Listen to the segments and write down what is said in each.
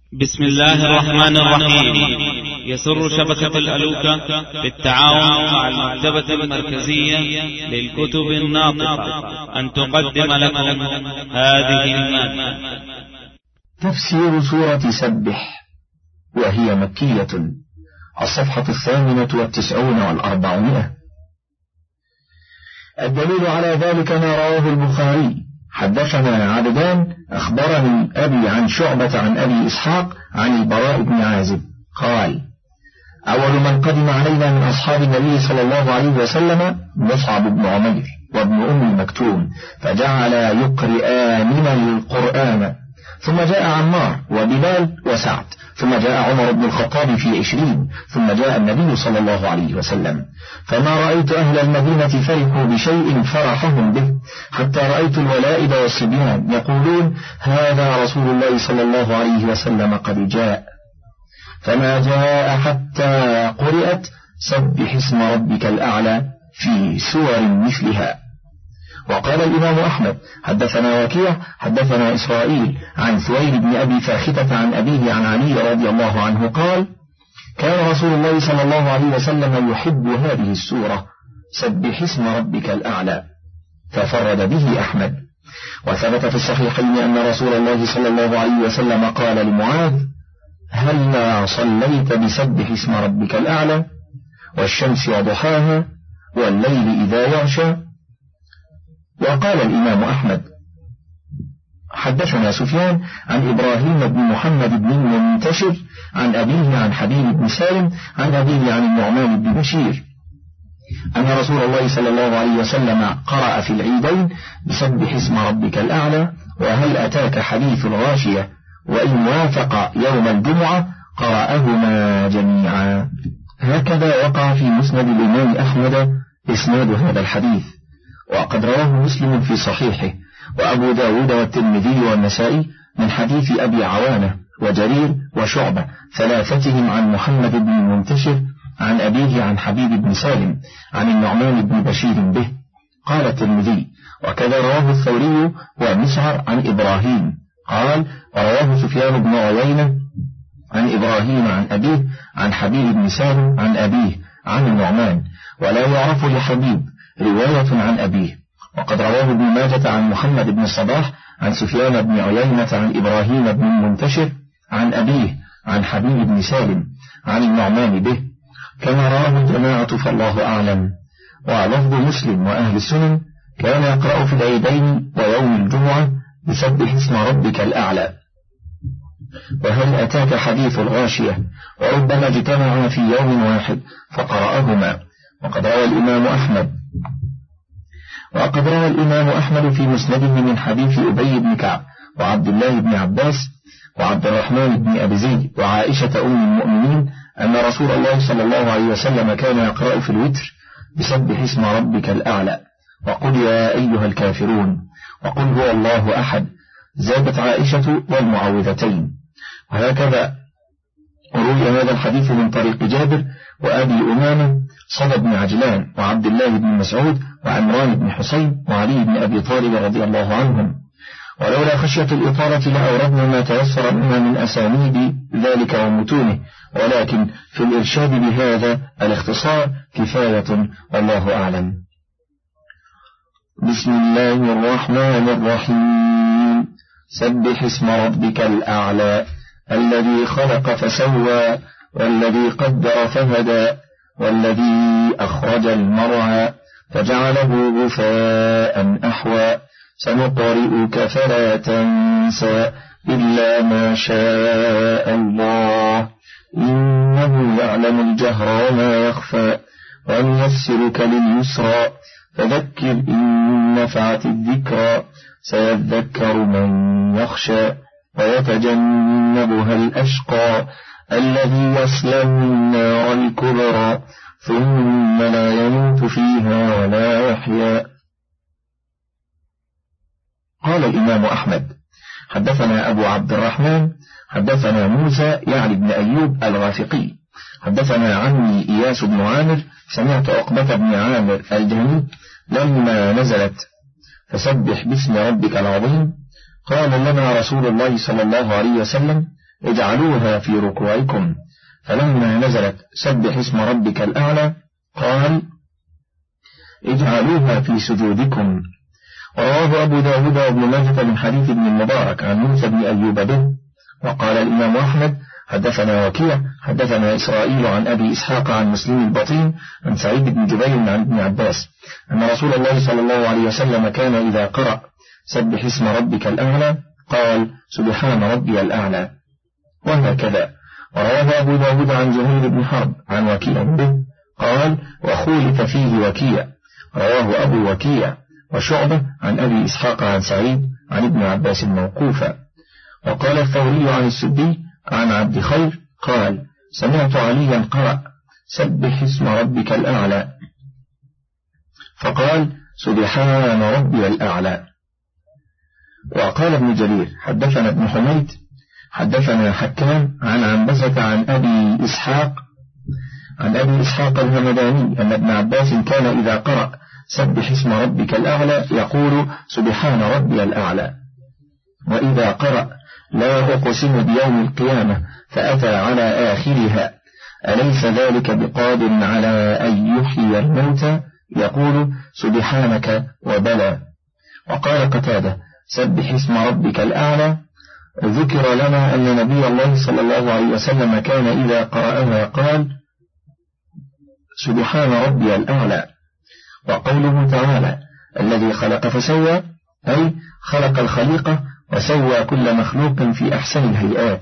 بسم الله الرحمن الرحيم. يسر شبكة الألوكة بالتعاون مع المكتبة المركزية للكتب الناطقة أن تقدم لكم هذه المادة. تفسير سورة سبح، وهي مكية، الصفحة 98 و400. الدليل على ذلك ما رواه البخاري: حدثنا عبدان أخبرني أبي عن شعبة عن أبي إسحاق عن البراء بن عازب قال: أول من قدم علينا من أصحاب النبي صلى الله عليه وسلم مصعب بن عمير وابن أم مكتوم، فجعل يقرئاننا القرآن، ثم جاء عمار وبلال وسعد، ثم جاء عمر بن الخطاب في 20، ثم جاء النبي صلى الله عليه وسلم، فما رأيت أهل المدينة فرحوا بشيء فرحهم به، حتى رأيت الولائد والصبيان يقولون: هذا رسول الله صلى الله عليه وسلم قد جاء، فما جاء حتى قرئت سبح اسم ربك الأعلى في سور مثلها. وقال الإمام أحمد: حدثنا وكيع حدثنا إسرائيل عن ثويل بن أبي فاختة عن أبيه عن علي رضي الله عنه قال: كان رسول الله صلى الله عليه وسلم يحب هذه السورة سبح اسم ربك الأعلى، ففرد به أحمد. وثبت في الصحيحين أن رسول الله صلى الله عليه وسلم قال لمعاذ: هلا صليت بسبح اسم ربك الأعلى والشمس وضحاها والليل إذا يغشى. وقال الإمام أحمد: حدثنا سفيان عن إبراهيم بن محمد بن المنتشر عن أبيه عن حبيب بن سالم عن أبيه عن النعمان بن بشير أن رسول الله صلى الله عليه وسلم قرأ في العيدين بسبح اسم ربك الأعلى وهل أتاك حديث الغاشية، وإن وافق يوم الجمعة قرأهما جميعا. هكذا وقع في مسند الإمام أحمد إسناد هذا الحديث، وقد رواه مسلم في صحيحه، وأبو داود والترمذي والنسائي من حديث أبي عوانة وجرير وشعبة، ثلاثتهم عن محمد بن المنتشر عن أبيه عن حبيب بن سالم عن النعمان بن بشير به. قال الترمذي: وكذا رواه الثوري ومسعر عن إبراهيم قال: ورواه سفيان بن عيينة عن إبراهيم عن أبيه عن حبيب بن سالم عن أبيه عن النعمان، ولا يعرف لحبيب رواية عن أبيه. وقد رواه ابن ماجة عن محمد بن الصباح عن سفيان بن عيينة عن إبراهيم بن المنتشر عن أبيه عن حبيب بن سالم عن النعمان به، كما رواه الجماعة فالله أعلم. ولفظ مسلم وأهل السنن: كان يقرأ في العيدين ويوم الجمعة بسبح اسم ربك الأعلى وهل أتاك حديث الغاشية، وربما اجتمعا في يوم واحد فقرأهما. وقد روى الإمام أحمد في مسنده من حديث أبي بن كعب وعبد الله بن عباس وعبد الرحمن بن أبي زيد وعائشة أم المؤمنين أن رسول الله صلى الله عليه وسلم كان يقرأ في الوتر بسبح اسم ربك الأعلى وقل يا أيها الكافرون وقل هو الله أحد، زادت عائشة والمعوذتين. وهكذا روي هذا الحديث من طريق جابر وأبي أمامة صدى بن عجلان وعبد الله بن مسعود وعمران بن حسين وعلي بن أبي طالب رضي الله عنهم. ولولا خشية الإطالة لأوردنا ما تيسر منها من أسانيد ذلك ومتونه، ولكن في الإرشاد بهذا الاختصار كفاية، والله أعلم. بسم الله الرحمن الرحيم. سبح اسم ربك الأعلى الذي خلق فسوى والذي قدر فهدى والذي أخرج المرعى فجعله غثاء أحوى سنقرئك فلا تنسى إلا ما شاء الله إنه يعلم الجهر وما يخفى ونيسرك لليسرى فذكر إن نفعت الذكرى سيذكر من يخشى ويتجنبها الأشقى الذي يصلى النار الكبرى ثم لا يموت فيها ولا يحيا. قال الإمام أحمد: حدثنا أبو عبد الرحمن حدثنا موسى يعني بن أيوب الغافقي حدثنا عمي إياس بن عامر سمعت عقبة بن عامر الجهني لما نزلت فسبح باسم ربك العظيم قال لنا رسول الله صلى الله عليه وسلم: اجعلوها في ركوعكم. فلما نزلت سبح اسم ربك الأعلى قال اجعلوها في سجودكم. ورواه أبو داود وابن ماجه من حديث ابن المبارك عن موسى بن أيوب به. وقال الإمام أحمد حدثنا وكيع حدثنا إسرائيل عن أبي إسحاق عن مسلم البطين عن سعيد بن جبير عن ابن عباس أن رسول الله صلى الله عليه وسلم كان إذا قرأ سبح اسم ربك الأعلى قال سبحان ربي الأعلى. وهكذا. ورواه أبو داود عن زهير بن حرب عن وكيع به قال وخولف فيه وكيع. رواه أبو وكيع وشعبة عن أبي إسحاق عن سعيد عن ابن عباس موقوفا. وقال الثوري عن السدي عن عبد خير قال سمعت عليا قرأ سبح اسم ربك الأعلى فقال سبحان ربي الأعلى. وقال ابن جرير حدثنا ابن حميد حدثنا حكام عن عنبسة عن أبي إسحاق الهمداني أن ابن عباس كان إذا قرأ سبح اسم ربك الأعلى يقول سبحان ربي الأعلى. وإذا قرأ لا أقسم بيوم القيامة فأتى على آخرها أليس ذلك بقادر على أن يحيي الموتى يقول سبحانك وبلى. وقال قتادة سبح اسم ربك الأعلى. ذكر لنا أن نبي الله صلى الله عليه وسلم كان إذا قرأها قال سبحان ربي الأعلى. وقوله تعالى الذي خلق فسوى أي خلق الخليقة وسوى كل مخلوق في أحسن الهيئات.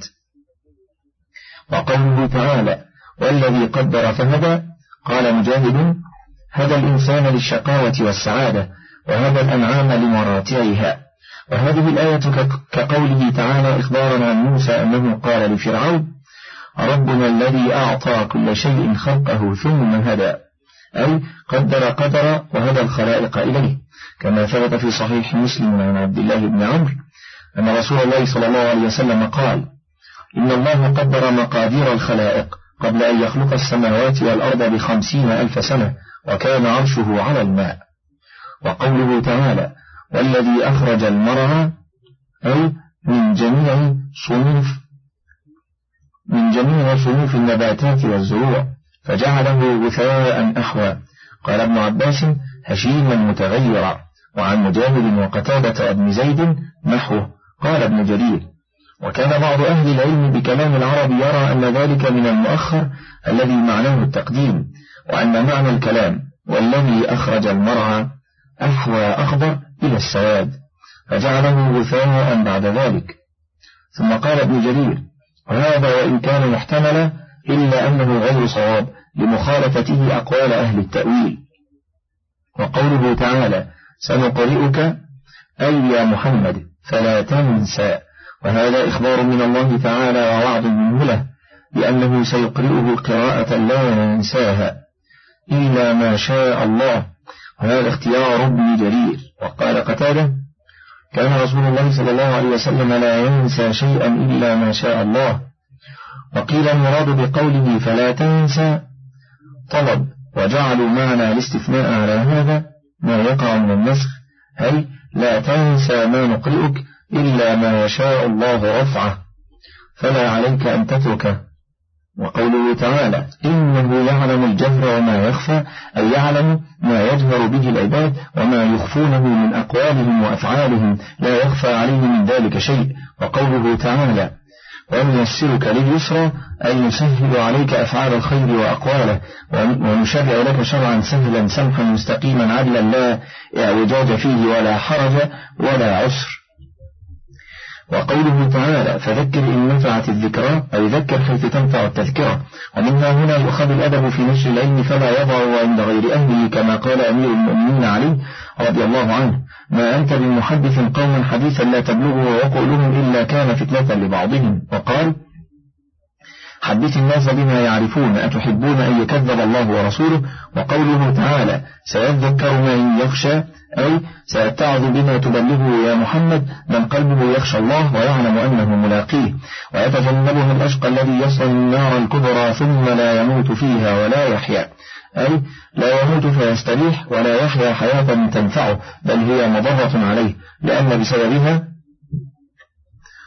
وقوله تعالى والذي قدر فهدى قال مجاهد هدى الإنسان للشقاوة والسعادة وهدى الأنعام لمراتعها. وهذه الآية كقوله تعالى إخبارا عن موسى أنه قال لفرعون ربنا الذي أعطى كل شيء خلقه ثم هدى أي قدر قدر وهدى الخلائق إليه كما ثبت في صحيح مسلم عن عبد الله بن عمرو أن رسول الله صلى الله عليه وسلم قال إن الله قدر مقادير الخلائق قبل أن يخلق السماوات والأرض ب50,000 سنة وكان عرشه على الماء. وقوله تعالى والذي أخرج المرعى أي من جميع صنوف النباتات والزروع فجعله غثاء أحوى. قال ابن عباس هشيما متغيرا. وعن مجاهد وقتادة ابن زيد نحوه. قال ابن جرير وكان بعض أهل العلم بكلام العرب يرى أن ذلك من المؤخر الذي معناه التقديم وأن معنى الكلام والذي أخرج المرعى أحوى أخضر إلى السواد فجعله غثاء بعد ذلك. ثم قال ابن جرير وهذا وإن كان محتملا إلا أنه غير صواب لمخالفته أقوال أهل التأويل. وقوله تعالى سنقرئك أي يا محمد فلا تنسى وهذا إخبار من الله تعالى ووعد منه له بأنه سيقرئه قراءة لا ينساها إلا ما شاء الله. وهذا اختيار ابن جرير. وقال قتادة كان رسول الله صلى الله عليه وسلم لا ينسى شيئا إلا ما شاء الله. وقيل المراد بقوله فلا تنسى طلب وجعلوا معنى الاستثناء على هذا ما يقع من النسخ أي لا تنسى ما نقرئك إلا ما يشاء الله رفعه فلا عليك أن تتركه. وقوله تعالى إنه يعلم الجهر وما يخفى أي يعلم ما يجهر به العباد وما يخفونه من أقوالهم وأفعالهم لا يخفى عليه من ذلك شيء. وقوله تعالى ونيسرك لليسرى أي نسهل عليك أفعال الخير وأقواله ونشرع لك شرعا سهلا سمحا مستقيما عدلا لا اعوجاج فيه ولا حرج ولا عسر. وقوله تعالى فذكر إن نفعت الذكرى أي ذكر حيث تنفع التذكرة. ومنها هنا يؤخذ الأدب في نشر العلم فلا يضع عند غير أهله كما قال أمير المؤمنين علي رضي الله عنه ما أنت بمحدث قوما حديثا لا تبلغه وقولهم إلا كان فتنة لبعضهم. وقال حدث الناس بما يعرفون أتحبون أن يكذب الله ورسوله. وقوله تعالى سيذكر من يخشى أي سيتعظ بما تبلغه يا محمد من قلبه يخشى الله ويعلم أنه ملاقيه ويتجنبه الأشقى الذي يصل النار الكبرى ثم لا يموت فيها ولا يحيا أي لا يموت فيستريح ولا يحيا حياة تنفعه بل هي مضرة عليه لأن بسببها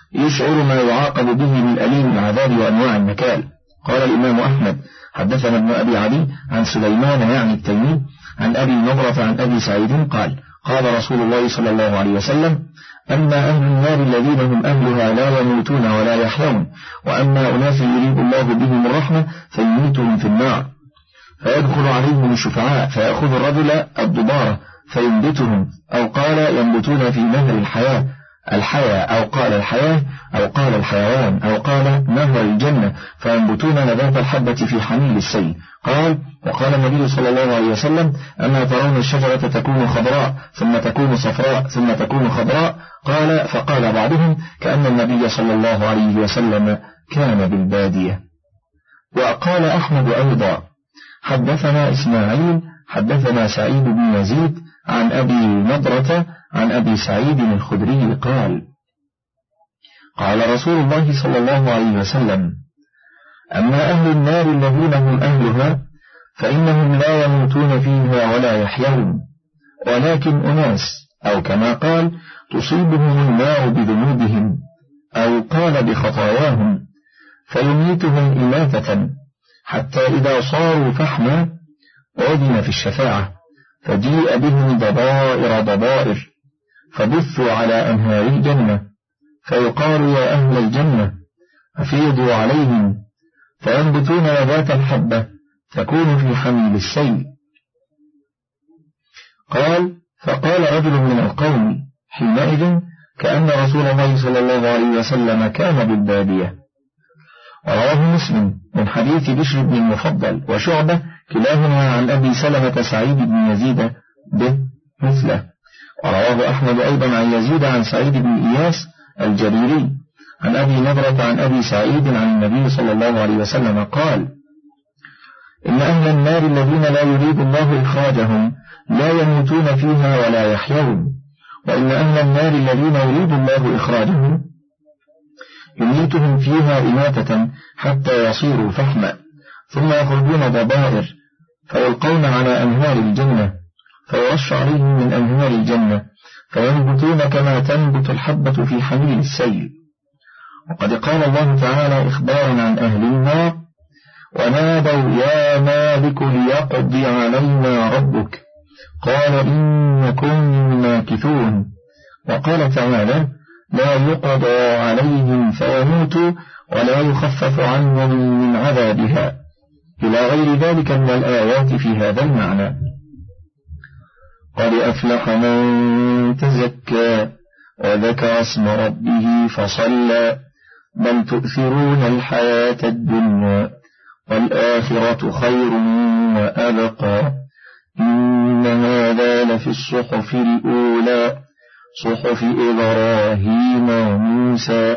يشعر ما يعاقب به من أليم العذاب وأنواع النكال. قال الإمام أحمد حدثنا ابن أبي عدي عن سليمان يعني التيمي عن أبي نضرة عن أبي سعيد قال قال رسول الله صلى الله عليه وسلم أما أهل النار الذين هم أهلها لا يموتون ولا يحيون، وأما أناس يريد الله بهم الرحمة فيميتهم في النار فيدخل عليهم الشفعاء فيأخذ الرجل الضبارة فينبتهم، أو قال ينبتون في نهر الحياة أو قال الحياة أو قال الحيوان أو قال نهر الجنة فينبتون نبات الحبة في حميل السيل. قال وقال النبي صلى الله عليه وسلم أما ترون الشجرة تكون خضراء ثم تكون صفراء ثم تكون خضراء؟ قال فقال بعضهم كأن النبي صلى الله عليه وسلم كان بالبادية. وقال أحمد أيضا حدثنا إسماعيل حدثنا سعيد بن يزيد عن أبي نضرة عن أبي سعيد الخدري قال قال رسول الله صلى الله عليه وسلم أما أهل النار الذين هم أهلها فإنهم لا يموتون فيها ولا يحيون، ولكن أناس أو كما قال تصيبهم النار بذنوبهم أو قال بخطاياهم فيميتهم إماتة حتى إذا صاروا فحما أذن في الشفاعة فجيء بهم ضبائر فبثوا على أنهار الجنة فيقال يا أهل الجنة أفيضوا عليهم فينبتون نبات الحبة تكون في حميل السيل. قال فقال رجل من القوم حينئذ كأن رسول الله صلى الله عليه وسلم كان بالبادية. رواه مسلم من حديث بشر بن المفضل وشعبة كلاهما عن أبي سلمة سعيد بن يزيد به مثله. ورواه أحمد أيضا عن يزيد عن سعيد بن إياس الجريري عن أبي نضرة عن أبي سعيد عن النبي صلى الله عليه وسلم قال إن أهل النار الذين لا يريد الله إخراجهم لا يموتون فيها ولا يحيون، وإن أهل النار الذين يريد الله إخراجهم يميتهم فيها إماتة حتى يصيروا فحما ثم يخرجون ضبائر فيلقون على أنهار الجنة فيرش عليهم من أنهار الجنة فينبتون كما تنبت الحبة في حميل السيل. وقد قال الله تعالى إخبارا عن أهل النار ونادوا يا مالك ليقضي علينا ربك قال إنكم ماكثون. وقال تعالى لا يقضى عليهم فيموتوا ولا يخفف عنهم من عذابها إلى غير ذلك من الآيات في هذا المعنى. قد أفلح من تزكى وذكر اسم ربه فصلى بل تؤثرون الحياة الدنيا والآخرة خير وأبقى إن هذا لفي الصحف الأولى صحف إبراهيم وموسى.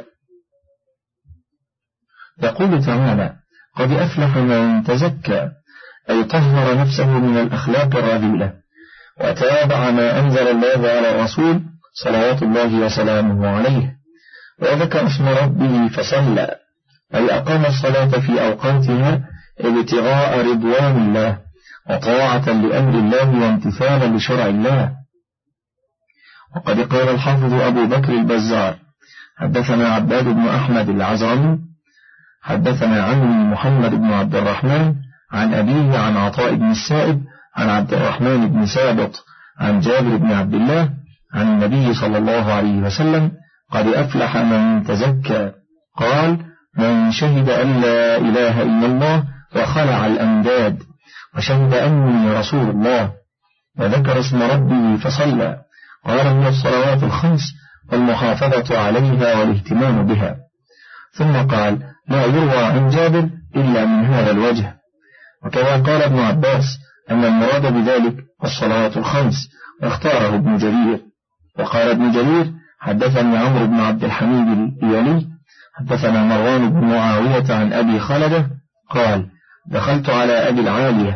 يقول تعالى قد أفلح من تزكى أي طهر نفسه من الأخلاق الرذيلة وتابع ما أنزل الله على الرسول صلوات الله وسلامه عليه وذكر اسم ربه فصلى أي أقام الصلاة في أوقاتها ابتغاء رضوان الله وطاعة لأمر الله وامتثالا لشرع الله. وقد قال الحافظ أبو بكر البزار حدثنا عباد بن أحمد العزرمي حدثنا عنه محمد بن عبد الرحمن عن أبيه عن عطاء بن السائب عن عبد الرحمن بن سابط عن جابر بن عبد الله عن النبي صلى الله عليه وسلم قد أفلح من تزكى قال من شهد أن لا إله إلا الله وخلع الأنداد وشهد أني رسول الله وذكر اسم ربه فصلى قال من الصلوات الخمس والمحافظة عليها والاهتمام بها. ثم قال لا يروى عن جابر إلا من هذا الوجه. وكما قال ابن عباس أن المراد بذلك الصلوات الخمس واختاره ابن جرير. وقال ابن جرير حدثني عمرو بن عبد الحميد الإيلي حدثنا مروان بن معاوية عن أبي خلدة قال دخلت على أبي العالية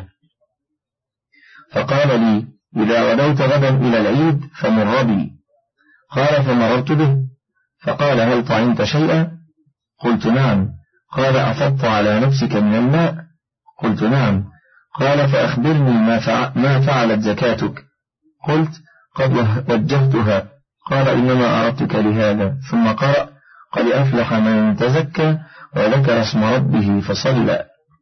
فقال لي إذا غدوت غدا إلى العيد فمر بي. قال فمررت به فقال هل طعمت شيئا؟ قلت نعم. قال أفضت على نفسك من الماء؟ قلت نعم. قال فأخبرني ما فعلت زكاتك؟ قلت قد وجهتها. قال إنما أردتك لهذا. ثم قرأ قد أفلح من تزكى وذكر اسم ربه فصلى.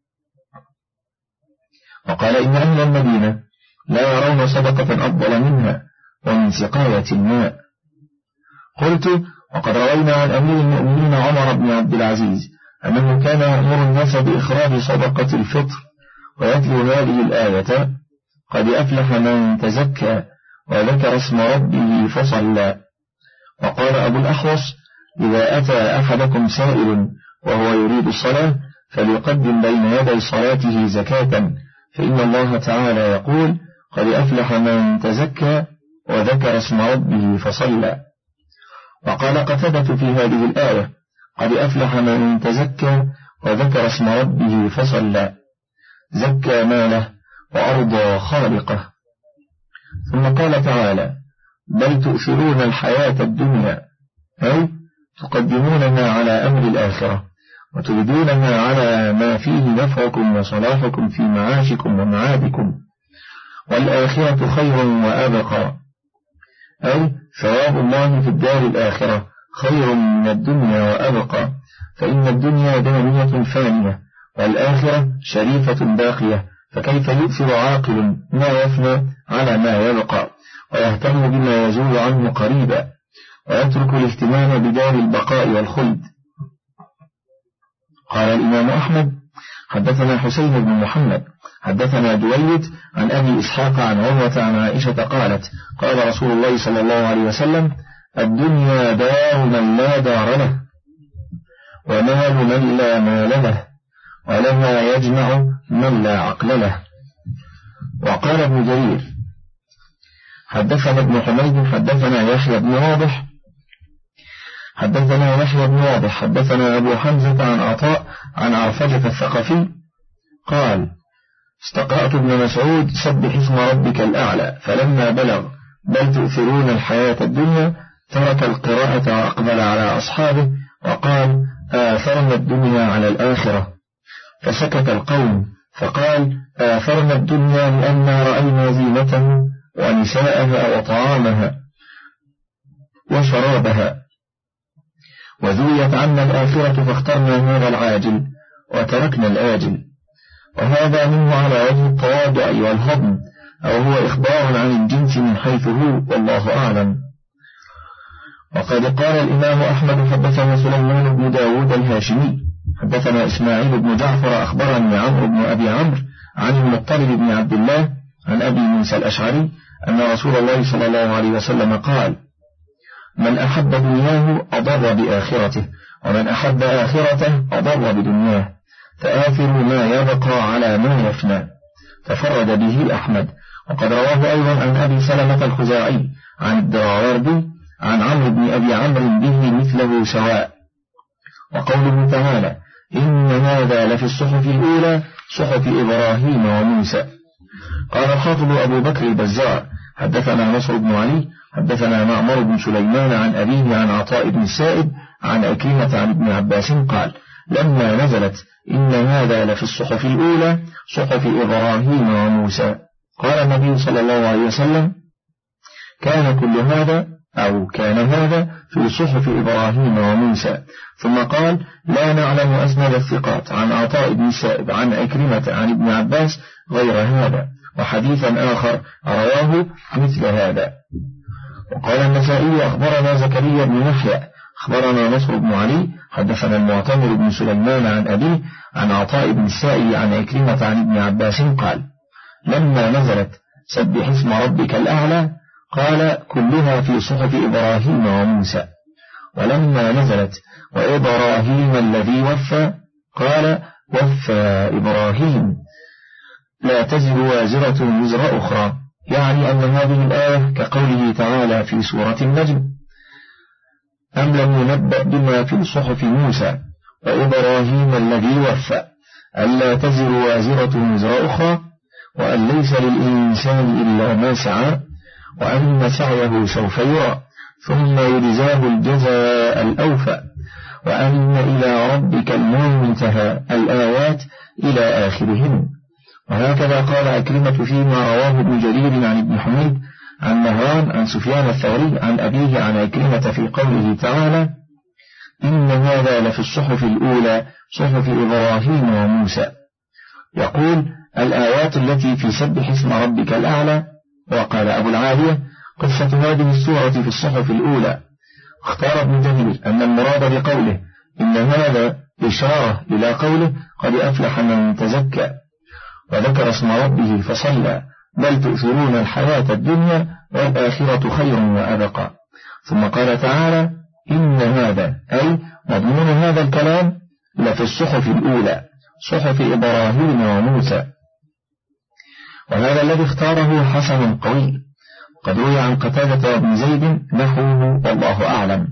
وقال إن أهل المدينة لا يرون صدقة أفضل منها ومن سقاية الماء. قلت وقد روينا عن أمير المؤمنين عمر بن عبد العزيز أنه كان يأمر الناس بإخراج صدقة الفطر ويتلو هذه الآية قد أفلح من تزكى وذكر اسم ربه فصلى. وقال أبو الأحوص إذا أتى أحدكم سائل وهو يريد الصلاة فليقدم بين يدي صلاته زكاة، فإن الله تعالى يقول قد أفلح من تزكى وذكر اسم ربه فصلى. وقال قتادة في هذه الآية قد أفلح من تزكى وذكر اسم ربه فصلى، زكى ماله وأرضى خالقه. ثم قال تعالى بل تؤثرون الحياة الدنيا، أي تقدمونها على أمر الآخرة وتبدونها على ما فيه نفعكم وصلاحكم في معاشكم ومعادكم، والآخرة خير وأبقى، أي ثواب الله في الدار الآخرة خير من الدنيا وأبقى، فإن الدنيا دانية فانية والآخرة شريفة باقية، فكيف يؤثر عاقل ما يفنى على ما يبقى ويهتم بما يزول عنه قريبا ويترك الاهتمام بدار البقاء والخلد. قال الإمام أحمد حدثنا حسين بن محمد حدثنا دويد عن أبي إسحاق عن عروة عن عائشة قالت قال رسول الله صلى الله عليه وسلم الدنيا دار من لا دار له ومال من لا مال له ولها يجمع من لا عقل له. وقال ابن جرير حدثنا ابن حميد حدثنا يحيى بن واضح حدثنا أبو حمزة عن عطاء عن عرفجة الثقفي قال استقرأت ابن مسعود سبح اسم ربك الأعلى، فلما بلغ بل تؤثرون الحياة الدنيا ترك القراءة وأقبل على أصحابه وقال آثرنا الدنيا على الآخرة، فسكت القوم فقال آثرنا الدنيا لأننا رأينا زينتها ونساءها وطعامها وشرابها وذويت عنا الآخرة فاخترنا هذا العاجل وتركنا الآجل. وهذا منه على وجه التواضع والهضم أو هو إخبار عن الجنس من حيث هو والله أعلم. وقد قال الإمام أحمد حدثنا سليمان بن داود الهاشمي حدثنا إسماعيل بن جعفر أخبرني عمرو بن أبي عمرو عن المطلب بن عبد الله عن أبي موسى الأشعري أن رسول الله صلى الله عليه وسلم قال من أحب دنياه أضر بآخرته ومن أحب آخرته أضر بدنياه، فآثروا ما يبقى على ما يفنى. تفرد به أحمد. وقد رواه أيضا عن أبي سلمة الخزاعي عن الدراوردي عن عمرو بن أبي عمرو به مثله سواء. وقوله تعالى إن هذا لفي الصحف الأولى صحف إبراهيم وموسى. قال الحافظ أبو بكر البزار حدثنا نصر بن علي حدثنا معمر بن سليمان عن أبيه عن عطاء بن السائب عن أكرمة عن ابن عباس قال لما نزلت إن هذا لفي الصحف الأولى صحف إبراهيم وموسى قال النبي صلى الله عليه وسلم كان كل هذا أو كان هذا في صحف إبراهيم وموسى. ثم قال لا نعلم أسند الثقات عن عطاء بن السائب عن أكرمة عن ابن عباس غير هذا، وحديثا آخر رواه مثل هذا. وقال النسائي أخبرنا زكريا بن يحيى أخبرنا نصر بن علي حدثنا المعتمر بن سليمان عن أبيه عن عطاء بن السائب عن أكرمة عن ابن عباس قال لما نزلت سبح اسم ربك الأعلى قال كلها في صحف إبراهيم وموسى. ولما نزلت وإبراهيم الذي وفى قال وفى إبراهيم لا تزر وازرة وزر أخرى، يعني أن هذه الآية كقوله تعالى في سورة النجم أم لم ينبأ بما في صحف موسى وإبراهيم الذي وفى ألا تزر وازرة وزر أخرى وأن ليس للإنسان إلا ما سعى وأن سعيه سوف يرى ثم يجزاه الجزاء الأوفى وأن إلى ربك المنتهى الآيات إلى آخرهن. وهكذا قال أكرمة فيما رواه ابن جرير عن ابن حميد عن مهران عن سفيان الثوري عن أبيه عن أكرمة في قوله تعالى إن هذا لفي الصحف الأولى صحف إبراهيم وموسى. يقول الآيات التي في سبح اسم ربك الأعلى. وقال أبو العالية قصة هذه السورة في الصحف الأولى. اختار ابن جرير أن المراد بقوله إن هذا إشارة إلى قوله قد أفلح من تزكى، وذكر اسم ربه فصلى، بل تؤثرون الحياة الدنيا والآخرة خير وأبقى. ثم قال تعالى إن هذا أي مضمون هذا الكلام لفي الصحف الأولى صحف إبراهيم وموسى. وهذا الذي اختاره حسن قوي، قد روي عن قتادة بن زيد نحوه والله أعلم.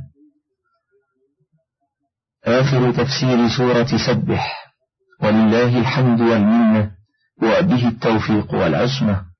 آخر تفسير سورة سبح، ولله الحمد والمنة، وبه التوفيق والعصمة.